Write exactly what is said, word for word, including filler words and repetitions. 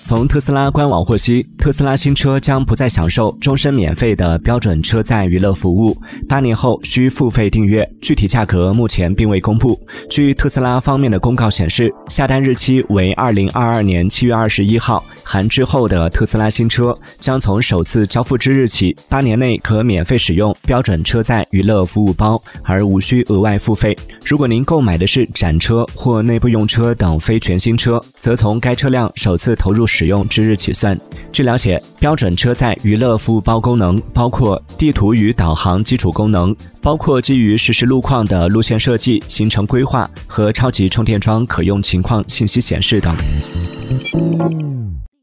从特斯拉官网获悉，特斯拉新车将不再享受终身免费的标准车载娱乐服务，八年后需付费订阅，具体价格目前并未公布。据特斯拉方面的公告显示，下单日期为二零二二年七月二十一号，含之后的特斯拉新车将从首次交付之日起，八年内可免费使用标准车载娱乐服务包，而无需额外付费。如果您购买的是展车或内部用车等非全新车，则从该车辆首次投入使用之日起算。据了解，标准车载娱乐服务包功能包括地图与导航基础功能，包括基于实时路况的路线设计、行程规划和超级充电桩可用情况信息显示等。